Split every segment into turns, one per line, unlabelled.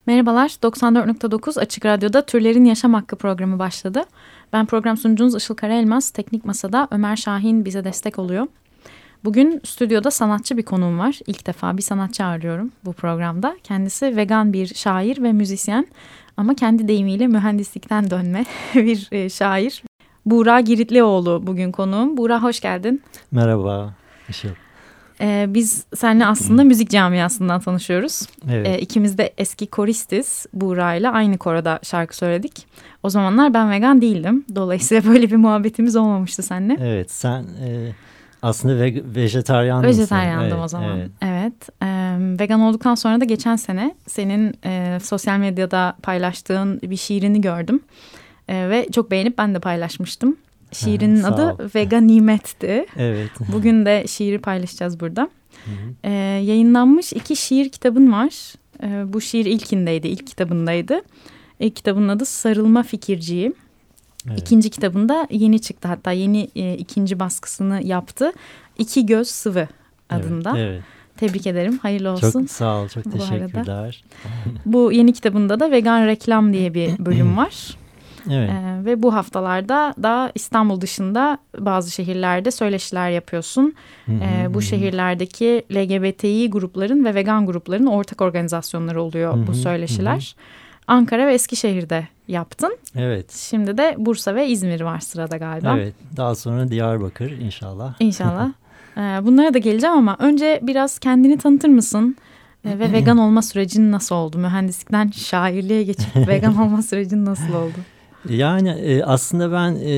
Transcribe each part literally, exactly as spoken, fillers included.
Merhabalar, doksan dört nokta dokuz Açık Radyo'da Türlerin Yaşam Hakkı programı başladı. Ben program sunucunuz Işıl Karaelmaz, Teknik Masa'da Ömer Şahin bize destek oluyor. Bugün stüdyoda sanatçı bir konuğum var. İlk defa bir sanatçı ağırlıyorum bu programda. Kendisi vegan bir şair ve müzisyen ama kendi deyimiyle mühendislikten dönme bir e, şair. Buğra Giritlioğlu bugün konuğum. Buğra hoş geldin.
Merhaba Işıl.
Ee, biz seninle aslında müzik camiasından tanışıyoruz.
Evet.
Ee, ikimiz de eski koristiz. Buğra ile aynı koroda şarkı söyledik. O zamanlar ben vegan değildim. Dolayısıyla böyle bir muhabbetimiz olmamıştı seninle.
Evet, sen e, aslında ve, vejetaryan mısın?
Vejetaryandım
evet,
o zaman. Evet.
evet.
E, vegan olduktan sonra da geçen sene senin e, sosyal medyada paylaştığın bir şiirini gördüm. E, ve çok beğenip ben de paylaşmıştım. Şiirinin
Sağ
adı
ol.
Veganimet'ti.
Evet.
Bugün de şiiri paylaşacağız burada.
Hı hı.
Ee, yayınlanmış iki şiir kitabın var. Ee, bu şiir ilkindeydi, ilk kitabındaydı. İlk kitabının adı Sarılma Fikirciğim.
Evet.
İkinci kitabında yeni çıktı, hatta yeni e, ikinci baskısını yaptı. İki Göz Sıvı adında.
Evet, evet.
Tebrik ederim, hayırlı olsun.
Çok sağ ol, çok
bu
teşekkürler.
Bu yeni kitabında da vegan reklam diye bir bölüm var.
Evet.
Ee, ve bu haftalarda da İstanbul dışında bazı şehirlerde söyleşiler yapıyorsun.
Hı hı,
Ee, bu
hı.
şehirlerdeki L G B T İ grupların ve vegan grupların ortak organizasyonları oluyor
Hı hı,
bu söyleşiler. Hı hı. Ankara ve Eskişehir'de yaptın.
Evet.
Şimdi de Bursa ve İzmir var sırada galiba.
Evet. Daha sonra Diyarbakır inşallah.
İnşallah. ee, bunlara da geleceğim ama önce biraz kendini tanıtır mısın? Ee, ve vegan olma sürecin nasıl oldu? Mühendislikten şairliğe geçip vegan olma sürecin nasıl oldu?
Yani e, aslında ben e,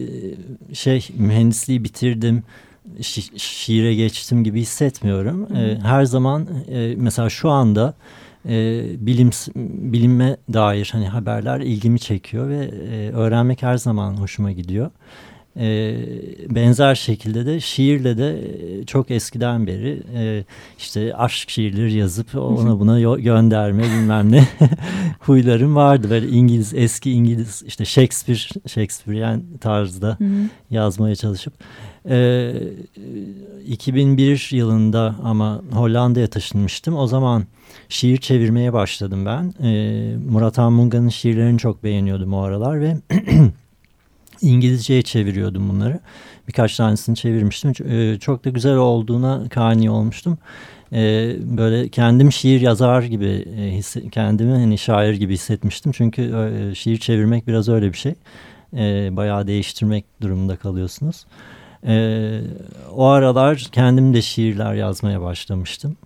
şey mühendisliği bitirdim, şi- şiire geçtim gibi hissetmiyorum. E, her zaman e, mesela şu anda e, bilim bilime dair hani haberler ilgimi çekiyor ve e, öğrenmek her zaman hoşuma gidiyor. E, benzer şekilde de şiirle de e, çok eskiden beri e, işte aşk şiirleri yazıp ona buna yo- gönderme bilmem ne huylarım vardı. Böyle İngiliz, eski İngiliz işte Shakespeare, Shakespearean tarzda yazmaya çalışıp e, iki bin bir yılında ama Hollanda'ya taşınmıştım. O zaman şiir çevirmeye başladım ben. E, Murat Anmunga'nın şiirlerini çok beğeniyordum o aralar ve İngilizceye çeviriyordum bunları. Birkaç tanesini çevirmiştim. Çok da güzel olduğuna kani olmuştum. Böyle kendim şiir yazar gibi, kendimi hani şair gibi hissetmiştim. Çünkü şiir çevirmek biraz öyle bir şey. Bayağı değiştirmek durumunda kalıyorsunuz. O aralar kendim de şiirler yazmaya başlamıştım.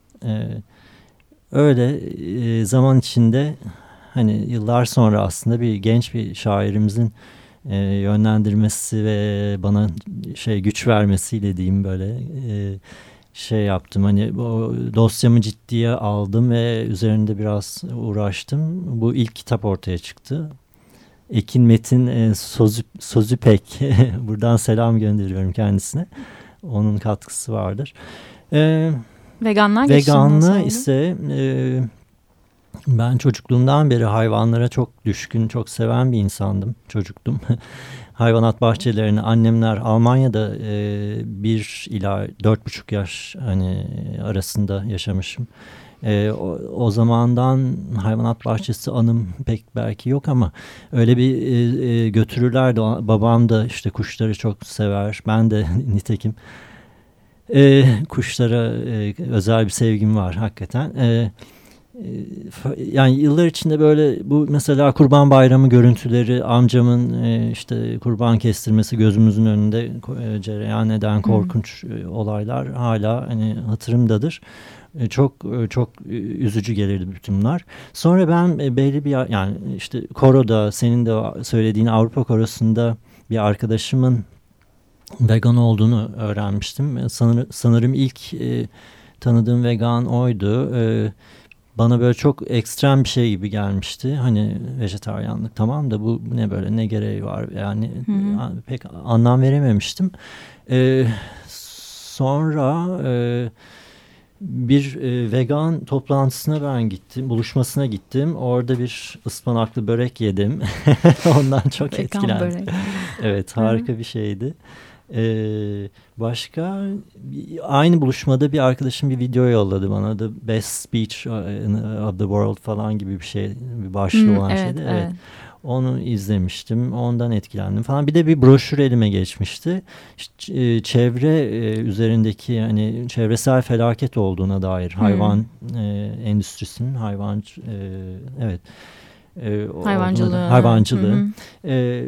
Öyle zaman içinde hani yıllar sonra aslında bir genç bir şairimizin E, yönlendirmesi ve bana şey güç vermesiyle diyeyim böyle e, şey yaptım. Hani o dosyamı ciddiye aldım ve üzerinde biraz uğraştım. Bu ilk kitap ortaya çıktı. Ekin Metin e, Sözü, Sözüpek buradan selam gönderiyorum kendisine. Onun katkısı vardır. E,
Veganlığa
Veganlığı ise e, ben çocukluğumdan beri hayvanlara çok düşkün, çok seven bir insandım, çocuktum. Hayvanat bahçelerini annemler Almanya'da e, bir ila dört buçuk yaş hani arasında yaşamışım. E, o, o zamandan hayvanat bahçesi anım pek belki yok ama öyle bir e, e, götürürlerdi. Babam da işte kuşları çok sever, ben de nitekim e, kuşlara e, özel bir sevgim var hakikaten. Evet. Yani yıllar içinde böyle bu mesela Kurban Bayramı görüntüleri, amcamın işte kurban kestirmesi gözümüzün önünde cereyan eden korkunç hmm. olaylar hala hani hatırımdadır. Çok çok üzücü gelirdi bütün bunlar. Sonra ben belli bir yani işte koroda senin de söylediğin Avrupa Korosu'nda bir arkadaşımın vegan olduğunu öğrenmiştim. Sanır, sanırım ilk e, tanıdığım vegan oydu. E, Bana böyle çok ekstrem bir şey gibi gelmişti. Hani vejetaryenlik tamam da bu ne böyle ne gereği var yani hı-hı. Pek anlam verememiştim. Ee, sonra e, bir e, vegan toplantısına ben gittim, buluşmasına gittim. Orada bir ıspanaklı börek yedim. Ondan çok
vegan
etkilendim.
Börek.
Evet harika Hı-hı. bir şeydi. Ee, başka aynı buluşmada bir arkadaşım bir video yolladı bana. The Best Speech of the World falan gibi bir şey, bir başlığı hmm, olan evet, şeydi. Evet. evet. Onu izlemiştim. Ondan etkilendim falan. Bir de bir broşür elime geçmişti. İşte, çevre üzerindeki hani çevresel felaket olduğuna dair hmm. hayvan e, endüstrisinin hayvan e, evet e,
hayvancılığı
hayvancılığı. Hmm. E,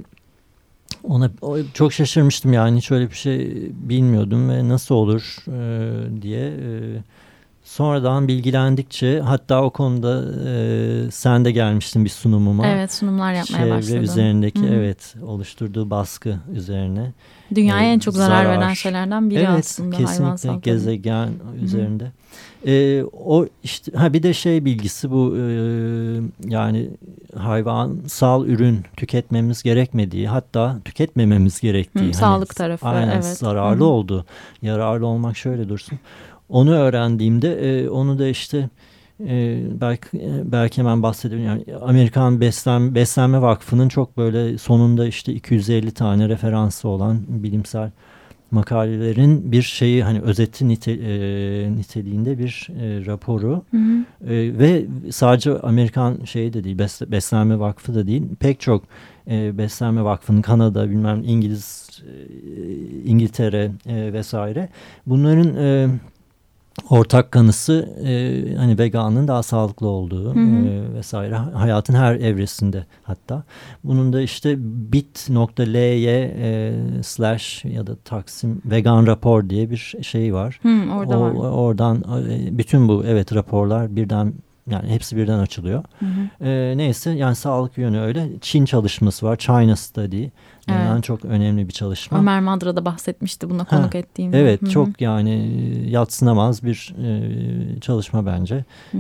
Ona çok şaşırmıştım yani hiç öyle bir şey bilmiyordum ve nasıl olur e, diye e, sonradan bilgilendikçe hatta o konuda e, sen de gelmiştin bir sunumuma.
Evet, sunumlar yapmaya
Çevre
başladım.
Çevre üzerindeki Hı-hı. evet oluşturduğu baskı üzerine.
Dünyaya e, en çok zarar, zarar veren şeylerden biri
evet,
aslında
kesinlikle
hayvansal.
Evet kesinlikle gezegen Hı-hı. üzerinde. E, o işte ha bir de şey bilgisi bu e, yani hayvansal ürün tüketmemiz gerekmediği hatta tüketmememiz gerektiği.
Hı,
hani,
sağlık tarafı.
Aynen
evet.
zararlı
Hı-hı.
oldu. Yararlı olmak şöyle dursun. Onu öğrendiğimde e, onu da işte e, belki belki hemen bahsedebilirim. Yani Amerikan Beslen, Beslenme Vakfı'nın çok böyle sonunda işte iki yüz elli tane referansı olan bilimsel makalelerin bir şeyi hani özeti nite, e, niteliğinde bir e, raporu hı hı. E, ve sadece Amerikan şeyi de değil bes, Beslenme Vakfı da değil pek çok e, Beslenme Vakfı'nın Kanada bilmem İngiliz e, İngiltere e, vesaire bunların e, ortak kanısı e, hani veganlığın daha sağlıklı olduğu hı hı. E, vesaire hayatın her evresinde hatta. Bunun da işte bit.ly e, slash ya da taksim vegan rapor diye bir şey var.
Hı, orada
o,
var.
Oradan e, bütün bu evet raporlar birden yani hepsi birden açılıyor. Hı hı. E, neyse yani sağlık yönü öyle. Çin çalışması var. China Study. Yani evet. Çok önemli bir çalışma.
Ömer Madra'da bahsetmişti buna konuk
ha,
ettiğimde.
Evet
Hı-hı.
çok yani yadsınamaz bir e, çalışma bence. E,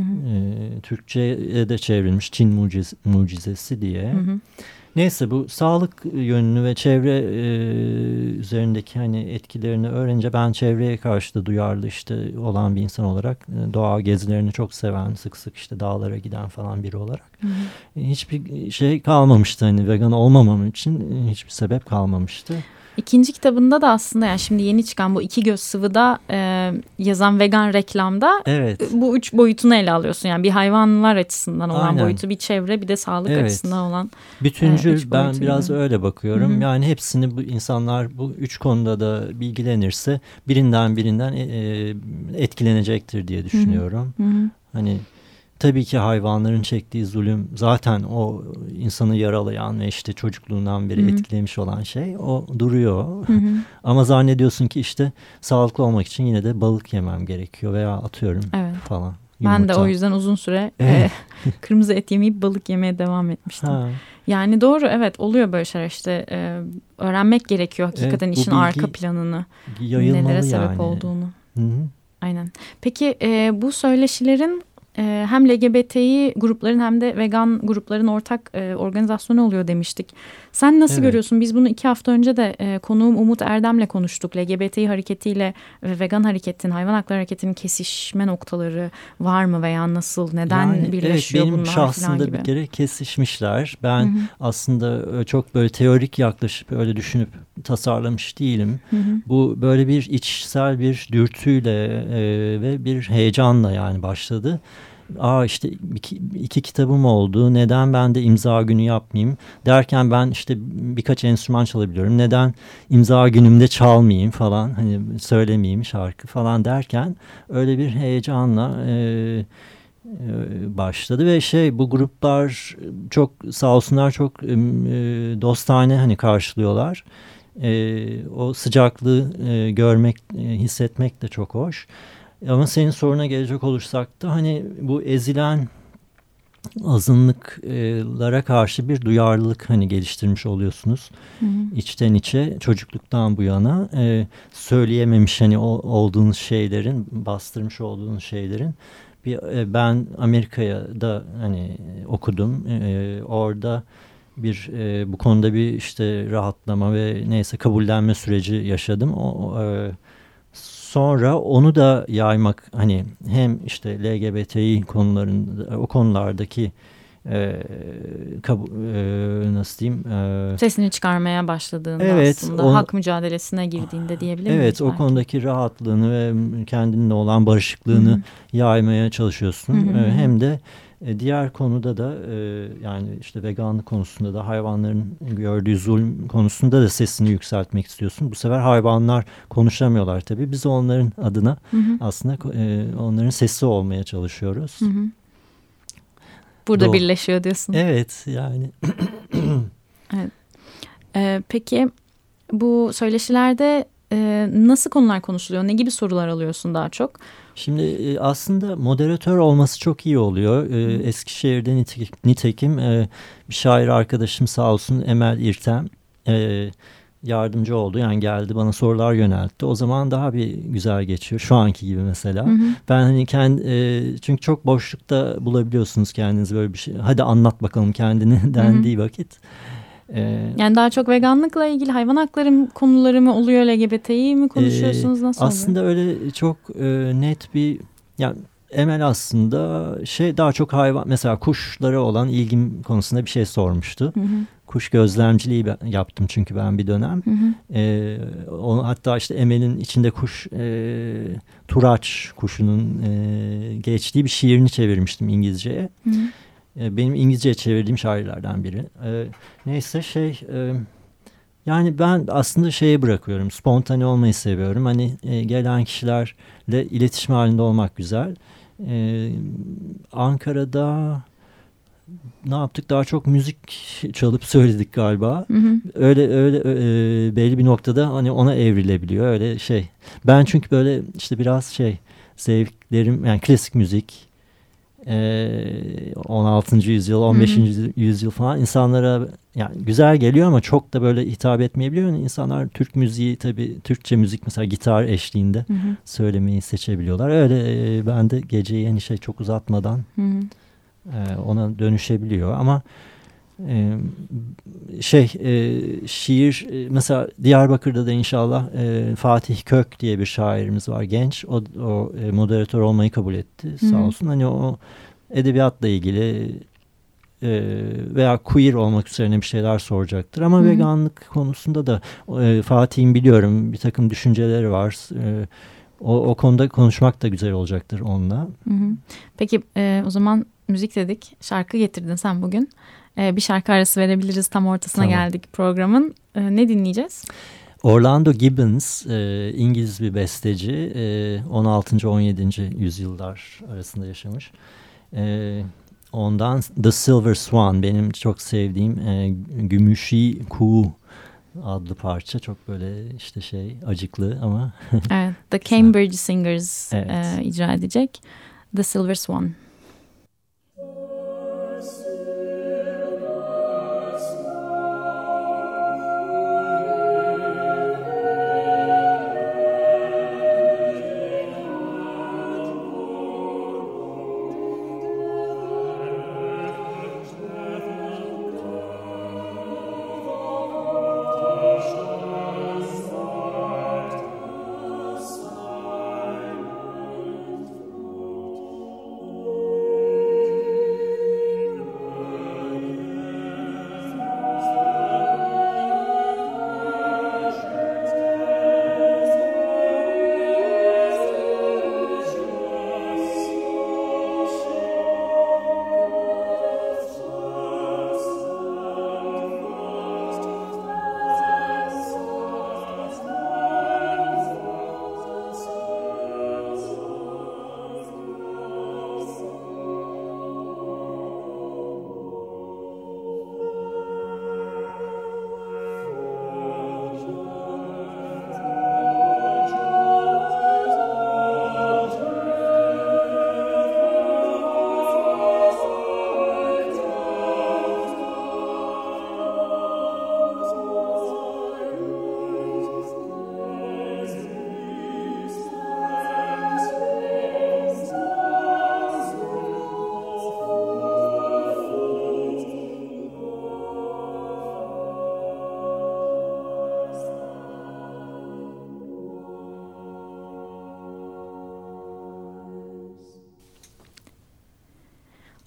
Türkçe'ye de çevrilmiş Çin mucize, mucizesi diye. Hı-hı. Neyse bu sağlık yönünü ve çevre e, üzerindeki hani etkilerini öğrenince ben çevreye karşı da duyarlı işte olan bir insan olarak e, doğa gezilerini çok seven sık sık işte dağlara giden falan biri olarak hı hı. E, hiçbir şey kalmamıştı hani vegan olmamam için e, hiçbir sebep kalmamıştı.
İkinci kitabında da aslında yani şimdi yeni çıkan bu İki Göz Sıvı'da e, yazan vegan reklamda
evet.
bu üç boyutunu ele alıyorsun. Yani bir hayvanlar açısından olan
Aynen.
boyutu, bir çevre, bir de sağlık
evet.
açısından olan
bütüncül e, ben biraz gibi. öyle bakıyorum. Hı-hı. Yani hepsini bu insanlar bu üç konuda da bilgilenirse birinden birinden e, etkilenecektir diye düşünüyorum. Hı-hı. Hani tabii ki hayvanların çektiği zulüm zaten o insanı yaralayan ve işte çocukluğundan beri Hı-hı. etkilemiş olan şey o duruyor. Ama zannediyorsun ki işte sağlıklı olmak için yine de balık yemem gerekiyor veya atıyorum evet. falan.
Yumurta. Ben de o yüzden uzun süre e, kırmızı et yemeyip balık yemeye devam etmiştim. Ha. Yani doğru evet oluyor böyle şeyler işte e, öğrenmek gerekiyor hakikaten evet, işin arka planını. Nelere sebep yani. olduğunu. Hı-hı. Aynen. Peki e, bu söyleşilerin Ee, hem L G B T İ grupların hem de vegan grupların ortak e, organizasyonu oluyor demiştik. Sen nasıl evet. görüyorsun? Biz bunu iki hafta önce de e, konuğum Umut Erdem'le konuştuk. L G B T İ hareketiyle ve vegan hareketinin, hayvan hakları hareketinin kesişme noktaları var mı veya nasıl, neden yani, birleşiyor
evet,
bunlar
benim
falan
şahsında
gibi.
bir kere kesişmişler. Ben Hı-hı. aslında çok böyle teorik yaklaşıp öyle düşünüp tasarlamış değilim. Hı-hı. Bu böyle bir içsel bir dürtüyle e, ve bir heyecanla yani başladı. Aa işte iki, iki kitabım oldu. Neden ben de imza günü yapmayayım? Derken ben işte birkaç enstrüman çalabiliyorum. Neden imza günümde çalmayayım falan? Hani söylemeyeyim şarkı falan derken öyle bir heyecanla e, e, başladı ve şey bu gruplar çok sağ olsunlar çok e, dostane hani karşılıyorlar. E, o sıcaklığı e, görmek, e, hissetmek de çok hoş. Ama senin soruna gelecek olursak da hani bu ezilen azınlıklara karşı bir duyarlılık hani geliştirmiş oluyorsunuz. Hı hı. İçten içe çocukluktan bu yana e, söyleyememiş hani o, olduğunuz şeylerin, bastırmış olduğunuz şeylerin. Bir, e, ben Amerika'ya da hani okudum. E, orada bir e, bu konuda bir işte rahatlama ve neyse kabullenme süreci yaşadım. O e, Sonra onu da yaymak hani hem işte L G B T İ konularında o konulardaki e, kabu, e, nasıl diyeyim? E,
Sesini çıkarmaya başladığında
evet,
aslında
o,
hak mücadelesine girdiğinde diyebilir miyiz?
Evet,
belki?
o konudaki rahatlığını ve kendinle olan barışıklığını Hı-hı. yaymaya çalışıyorsun.
Hı-hı.
E, hem de e, diğer konuda da e, yani işte veganlık konusunda da hayvanların gördüğü zulüm konusunda da sesini yükseltmek istiyorsun. Bu sefer hayvanlar konuşamıyorlar tabii. Biz onların adına Hı-hı. aslında e, onların sesi olmaya çalışıyoruz.
Hı-hı. Burada Do- birleşiyor diyorsun.
Evet yani.
Evet. Ee, peki bu söyleşilerde e, nasıl konular konuşuluyor? Ne gibi sorular alıyorsun daha çok?
Şimdi e, aslında moderatör olması çok iyi oluyor. E, Eskişehir'de nitekim, nitekim e, bir şair arkadaşım sağ olsun Emel İrtem e, yardımcı oldu. Yani geldi bana sorular yöneltti. O zaman daha bir güzel geçiyor. Şu anki gibi mesela. Hı hı. Ben hani kendi e, çünkü çok boşlukta bulabiliyorsunuz kendinizi böyle bir şey. Hadi anlat bakalım kendini dendiği hı hı. vakit.
Yani daha çok veganlıkla ilgili hayvan hakları konuları mı oluyor, L G B T'yi mi konuşuyorsunuz, nasıl oluyor?
Aslında öyle çok e, net bir yani Emel aslında şey daha çok hayvan mesela kuşlara olan ilgim konusunda bir şey sormuştu. Hı hı. Kuş gözlemciliği yaptım çünkü ben bir dönem. Hı hı. E, o, hatta işte Emel'in içinde kuş e, turaç kuşunun e, geçtiği bir şiirini çevirmiştim İngilizceye. Hı hı. Benim İngilizceye çevirdiğim şairlerden biri. Ee, neyse şey e, yani ben aslında şeye bırakıyorum. Spontane olmayı seviyorum. Hani e, gelen kişilerle iletişim halinde olmak güzel. Ee, Ankara'da ne yaptık? Daha çok müzik çalıp söyledik galiba. Hı hı. Öyle öyle e, belli bir noktada hani ona evrilebiliyor. Öyle şey. Ben çünkü böyle işte biraz şey zevklerim yani klasik müzik. on altıncı yüzyıl, on beşinci Hı-hı. yüzyıl falan insanlara yani güzel geliyor ama çok da böyle hitap etmeyebiliyor. Yani insanlar Türk müziği tabii Türkçe müzik mesela gitar eşliğinde Hı-hı. söylemeyi seçebiliyorlar. Öyle e, ben de geceyi yani şey çok uzatmadan e, ona dönüşebiliyor ama e, şey e, şiir e, mesela Diyarbakır'da da inşallah e, Fatih Kök diye bir şairimiz var genç o, o e, moderatör olmayı kabul etti Hı-hı. sağ olsun hani o edebiyatla ilgili e, veya queer olmak üzerine bir şeyler soracaktır ama Hı-hı. veganlık konusunda da e, Fatih'in biliyorum bir takım düşünceleri var e, o, o konuda konuşmak da güzel olacaktır onunla.
Hı-hı. Peki e, o zaman müzik dedik, şarkı getirdin sen bugün. Ee, bir şarkı arası verebiliriz. Tam ortasına tamam. geldik programın. Ee, ne dinleyeceğiz?
Orlando Gibbons, e, İngiliz bir besteci. E, on altıncı on yedinci yüzyıllar arasında yaşamış. E, ondan The Silver Swan, benim çok sevdiğim e, Gümüşi Kuğu adlı parça. Çok böyle işte şey acıklı ama.
Evet, The Cambridge Singers evet. e, icra edecek. The Silver Swan.
Oh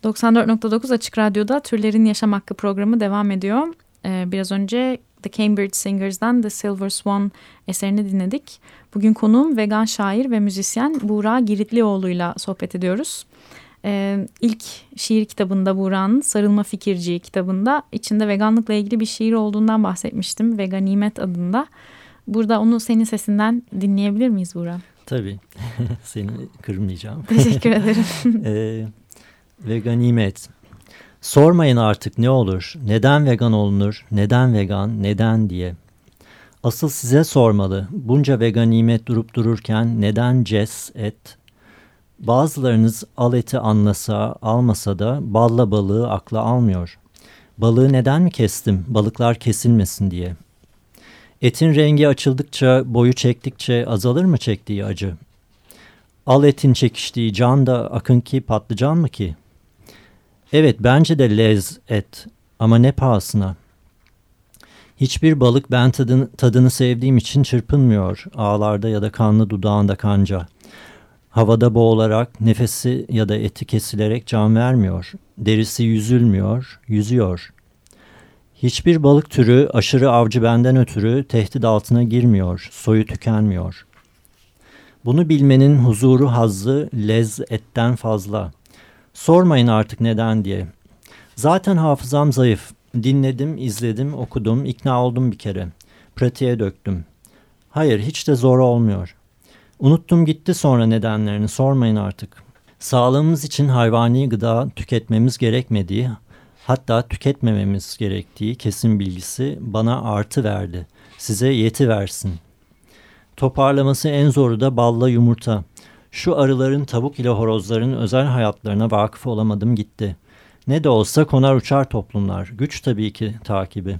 doksan dört nokta dokuz Açık Radyo'da Türlerin Yaşam Hakkı programı devam ediyor. Ee, biraz önce The Cambridge Singers'dan The Silver Swan eserini dinledik. Bugün konuğum vegan şair ve müzisyen Buğra Giritlioğlu'yla sohbet ediyoruz. Ee, ilk şiir kitabında Buğra'nın Sarılma Fikirciği kitabında içinde veganlıkla ilgili bir şiir olduğundan bahsetmiştim. Veganimet adında. Burada onu senin sesinden dinleyebilir miyiz Buğra?
Tabii. Seni kırmayacağım.
Teşekkür ederim.
e, veganimet. Sormayın artık ne olur, neden vegan olunur, neden vegan, neden diye. Asıl size sormalı, bunca veganimet durup dururken neden ces, et? Bazılarınız al eti anlasa, almasa da balla balığı akla almıyor. Balığı neden mi kestim, balıklar kesilmesin diye. Etin rengi açıldıkça, boyu çektikçe azalır mı çektiği acı? Al etin çekiştiği can da akınki patlıcan mı ki? Evet, bence de lez et ama ne pahasına. Hiçbir balık ben tadını, tadını sevdiğim için çırpınmıyor ağlarda ya da kanlı dudağında kanca. Havada boğularak, nefesi ya da eti kesilerek can vermiyor. Derisi yüzülmüyor, yüzüyor. Hiçbir balık türü aşırı avcı benden ötürü tehdit altına girmiyor, soyu tükenmiyor. Bunu bilmenin huzuru hazzı lez etten fazla. Sormayın artık neden diye. Zaten hafızam zayıf. Dinledim, izledim, okudum, ikna oldum bir kere. Pratiğe döktüm. Hayır, hiç de zor olmuyor. Unuttum gitti sonra nedenlerini, sormayın artık. Sağlığımız için hayvani gıda tüketmemiz gerekmediği, hatta tüketmememiz gerektiği kesin bilgisi bana artı verdi. Size yeti versin. Toparlaması en zoru da balla yumurta. Şu arıların, tavuk ile horozların özel hayatlarına vakıf olamadım gitti. Ne de olsa konar uçar toplumlar. Güç tabii ki takibi.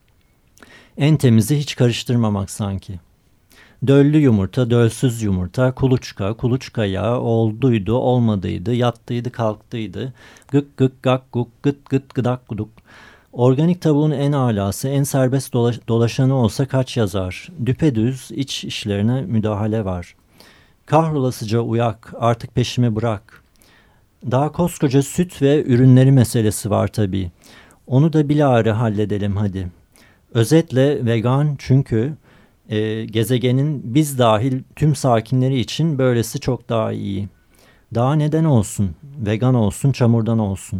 En temizi hiç karıştırmamak sanki. Döllü yumurta, dölsüz yumurta, kuluçka, kuluçka yağı, olduydu, olmadıydı, yattıydı, kalktıydı. Gık gık gak guk, gıt gıt gıdak guduk. Organik tavuğun en alası, en serbest dolaş dolaşanı olsa kaç yazar. Düpedüz iç işlerine müdahale var. Kahrolasıca uyak, artık peşimi bırak. Daha koskoca süt ve ürünleri meselesi var tabii. Onu da bilahare halledelim hadi. Özetle vegan çünkü e, gezegenin biz dahil tüm sakinleri için böylesi çok daha iyi. Daha neden olsun? Vegan olsun, çamurdan olsun.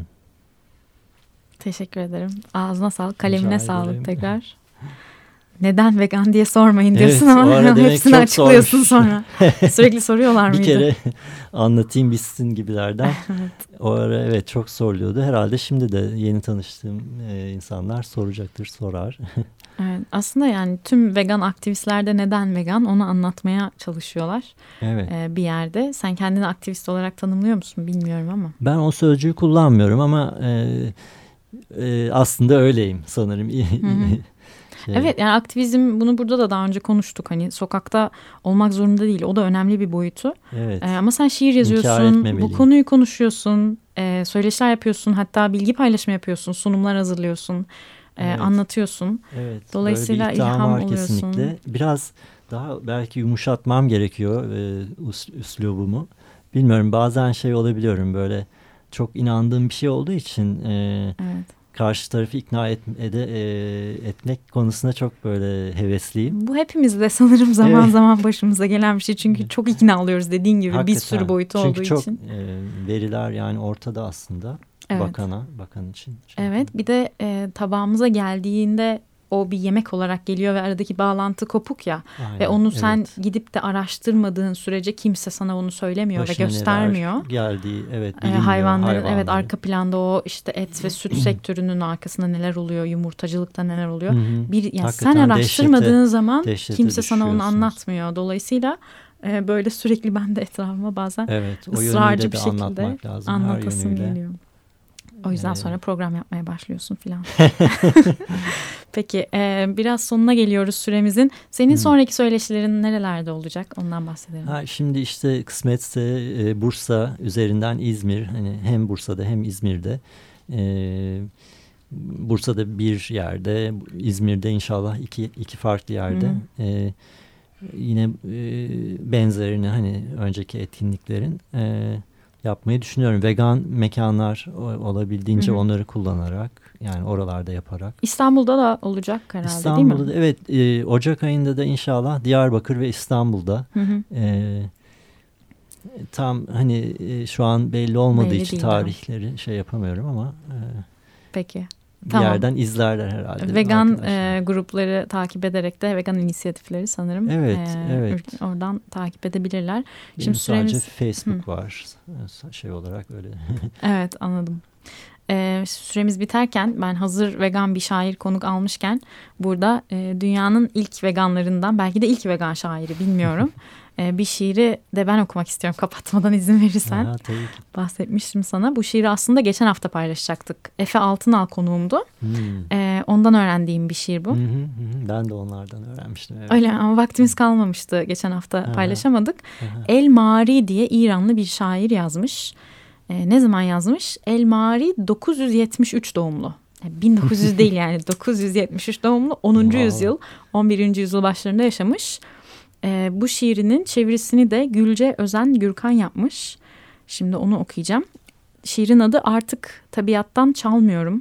Teşekkür ederim. Ağzına sağlık, kalemine sağlık tekrar. Neden vegan diye sormayın diyorsun evet, ama hepsini açıklıyorsun sonra. Sürekli soruyorlar mıydı?
Bir kere anlatayım bitsin gibilerden. Evet. O ara evet çok soruluyordu. Herhalde şimdi de yeni tanıştığım e, insanlar soracaktır, sorar.
Evet, aslında yani tüm vegan aktivistler de neden vegan onu anlatmaya çalışıyorlar.
Evet.
Ee, bir yerde. Sen kendini aktivist olarak tanımlıyor musun bilmiyorum ama.
Ben o sözcüğü kullanmıyorum ama e, e, aslında öyleyim sanırım.
Şey. Evet yani aktivizm bunu burada da daha önce konuştuk. Hani sokakta olmak zorunda değil. O da önemli bir boyutu.
Evet.
Ee, ama sen şiir yazıyorsun. Bu konuyu konuşuyorsun. E, söyleşiler yapıyorsun. Hatta bilgi paylaşımı yapıyorsun. Sunumlar hazırlıyorsun. E, evet. Anlatıyorsun.
Evet.
Dolayısıyla ilham
var
oluyorsun.
Kesinlikle. Biraz daha belki yumuşatmam gerekiyor e, üs, üslubumu. Bilmiyorum bazen şey olabiliyorum böyle çok inandığım bir şey olduğu için. E, evet. Karşı tarafı ikna et, ede, e, etmek konusunda çok böyle hevesliyim.
Bu hepimizde sanırım zaman evet. zaman başımıza gelen bir şey. Çünkü çok ikna oluyoruz dediğin gibi. Hakikaten. Bir sürü boyutu
Çünkü
olduğu
çok,
için.
Çünkü e, çok veriler yani ortada aslında evet. bakana, bakan için. Çünkü.
Evet bir de e, tabağımıza geldiğinde o bir yemek olarak geliyor ve aradaki bağlantı kopuk ya. Aynen, ve onu sen evet. gidip de araştırmadığın sürece kimse sana onu söylemiyor Başına ve göstermiyor.
Geldiği evet
ee, hayvanların hayvanları. Evet arka planda o işte et ve süt sektörünün arkasında neler oluyor, yumurtacılıkta neler oluyor. Hı-hı. Bir yani Hakikaten sen araştırmadığın dehşete, zaman kimse sana onu anlatmıyor. Dolayısıyla e, böyle sürekli ben de etrafıma bazen evet, ısrarcı bir şekilde lazım, anlatasım geliyor. O yüzden evet. sonra program yapmaya başlıyorsun filan. Peki e, biraz sonuna geliyoruz süremizin. Senin hmm. sonraki söyleşilerin nerelerde olacak? Ondan bahsedelim.
Ha, şimdi işte kısmetse e, Bursa üzerinden İzmir. Hani hem Bursa'da hem İzmir'de. E, Bursa'da bir yerde, İzmir'de inşallah iki, iki farklı yerde. Hmm. E, yine e, benzerini hani önceki etkinliklerin... E, yapmayı düşünüyorum. Vegan mekanlar olabildiğince
Hı hı.
onları kullanarak, yani oralarda yaparak.
İstanbul'da da olacak herhalde,
İstanbul'da
değil mi?
da, evet, e, Ocak ayında da inşallah Diyarbakır ve İstanbul'da. Hı hı. E, tam hani e, şu an belli olmadığı belli için tarihleri daha. şey yapamıyorum ama. E,
Peki.
Bir
tamam.
yerden izlerler herhalde.
Vegan e, grupları takip ederek de vegan inisiyatifleri sanırım.
Evet,
e,
evet.
Oradan takip edebilirler.
Benim Şimdi süremiz... sadece Facebook Hı. var şey olarak öyle.
Evet, anladım. E, süremiz biterken ben hazır vegan bir şair konuk almışken burada e, dünyanın ilk veganlarından, belki de ilk vegan şairi, bilmiyorum. e, bir şiiri de ben okumak istiyorum kapatmadan izin verirsen.
Ha, tabii ki.
Bahsetmiştim sana. Bu şiiri aslında geçen hafta paylaşacaktık. Efe Altınal konuğumdu. Hmm. E, ondan öğrendiğim bir şiir bu.
Hı hı hı. Ben de onlardan öğrenmiştim. Evet.
Öyle ama vaktimiz kalmamıştı. Geçen hafta Aha. paylaşamadık. Aha. El Mari diye İranlı bir şair yazmış. E, ne zaman yazmış? El Mari dokuz yüz yetmiş üç doğumlu. Yani bin dokuz yüz değil yani dokuz yüz yetmiş üç doğumlu, onuncu Wow. yüzyıl, on birinci yüzyıl başlarında yaşamış. E, bu şiirinin çevirisini de Gülce Özen Gürkan yapmış. Şimdi onu okuyacağım. Şiirin adı Artık Tabiattan Çalmıyorum.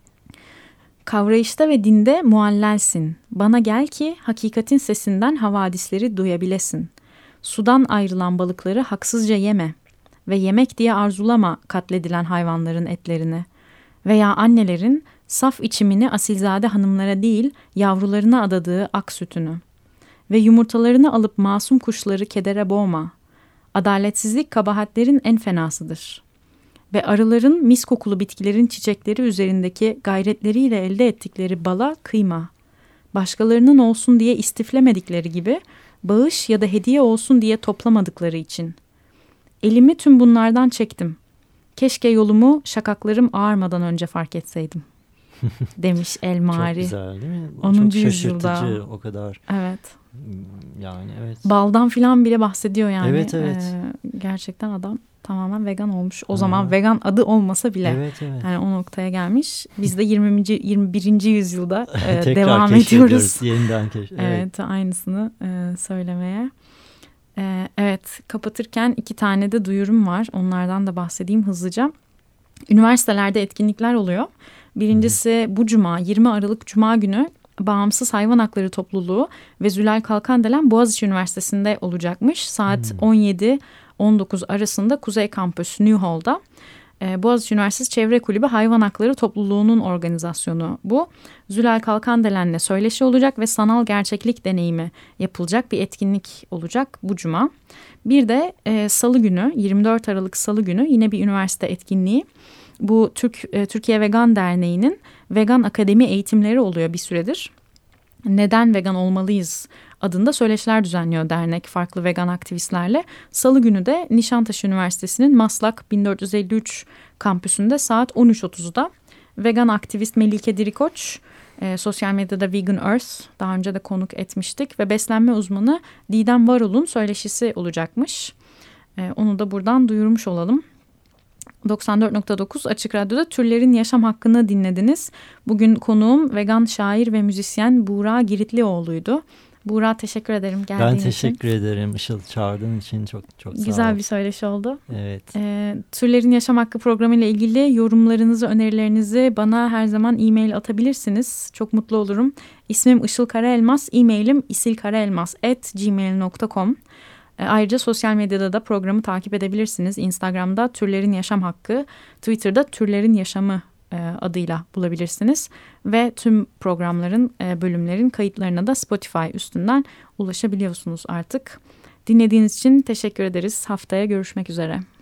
Kavrayışta ve dinde muallelsin. Bana gel ki hakikatin sesinden havadisleri duyabilesin. Sudan ayrılan balıkları haksızca yeme ve yemek diye arzulama katledilen hayvanların etlerini. Veya annelerin saf içimini asilzade hanımlara değil yavrularına adadığı ak sütünü. Ve yumurtalarını alıp masum kuşları kedere boğma. Adaletsizlik kabahatlerin en fenasıdır. Ve arıların mis kokulu bitkilerin çiçekleri üzerindeki gayretleriyle elde ettikleri bala kıyma. Başkalarının olsun diye istiflemedikleri gibi bağış ya da hediye olsun diye toplamadıkları için. Elimi tüm bunlardan çektim. Keşke yolumu şakaklarım ağarmadan önce fark etseydim. Demiş El Mari.
Çok güzel değil mi?
onuncu
Çok
yüzyılda.
şaşırtıcı o kadar.
Evet.
Yani evet.
Baldan filan bile bahsediyor yani.
Evet evet.
Ee, gerçekten adam tamamen vegan olmuş. O ha. zaman vegan adı olmasa bile.
Evet evet.
Yani o noktaya gelmiş. Biz de yirminci yirmi birinci yüzyılda e, devam ediyoruz.
Yeniden keş-
evet. evet aynısını e, söylemeye. E, evet kapatırken iki tane de duyurum var. Onlardan da bahsedeyim hızlıca. Üniversitelerde etkinlikler oluyor. Birincisi bu cuma yirmi Aralık Cuma günü Bağımsız Hayvan Hakları Topluluğu ve Zülal Kalkandelen Boğaziçi Üniversitesi'nde olacakmış. Saat hmm. on yedi on dokuz arasında Kuzey Kampüs New Hall'da. Ee, Boğaziçi Üniversitesi Çevre Kulübü Hayvan Hakları Topluluğu'nun organizasyonu bu. Zülal Kalkandelen'le söyleşi olacak ve sanal gerçeklik deneyimi yapılacak bir etkinlik olacak bu cuma. Bir de e, Salı günü yirmi dört Aralık Salı günü yine bir üniversite etkinliği. Bu Türk e, Türkiye Vegan Derneği'nin Vegan Akademi eğitimleri oluyor bir süredir. Neden vegan olmalıyız adında söyleşiler düzenliyor dernek farklı vegan aktivistlerle. Salı günü de Nişantaşı Üniversitesi'nin Maslak bin dört yüz elli üç kampüsünde saat on üç otuzda vegan aktivist Melike Dirikoç, e, sosyal medyada Vegan Earth daha önce de konuk etmiştik ve beslenme uzmanı Didem Varol'un söyleşisi olacakmış. E, onu da buradan duyurmuş olalım. doksan dört nokta dokuz Açık Radyo'da Türlerin Yaşam Hakkı'nı dinlediniz. Bugün konuğum vegan şair ve müzisyen Buğra Giritlioğlu'ydu. Buğra teşekkür ederim geldiğin için.
Ben teşekkür için. ederim Işıl, çağırdığın için çok çok sağ ol.
Güzel bir söyleşi oldu.
Evet.
Ee, Türlerin Yaşam Hakkı programı ile ilgili yorumlarınızı, önerilerinizi bana her zaman e-mail atabilirsiniz. Çok mutlu olurum. İsmim Işıl Karaelmaz, e-mailim isilkaraelmaz at gmail nokta com. Ayrıca sosyal medyada da programı takip edebilirsiniz. Instagram'da Türlerin Yaşam Hakkı, Twitter'da Türlerin Yaşamı adıyla bulabilirsiniz. Ve tüm programların, bölümlerin kayıtlarına da Spotify üstünden ulaşabiliyorsunuz artık. Dinlediğiniz için teşekkür ederiz. Haftaya görüşmek üzere.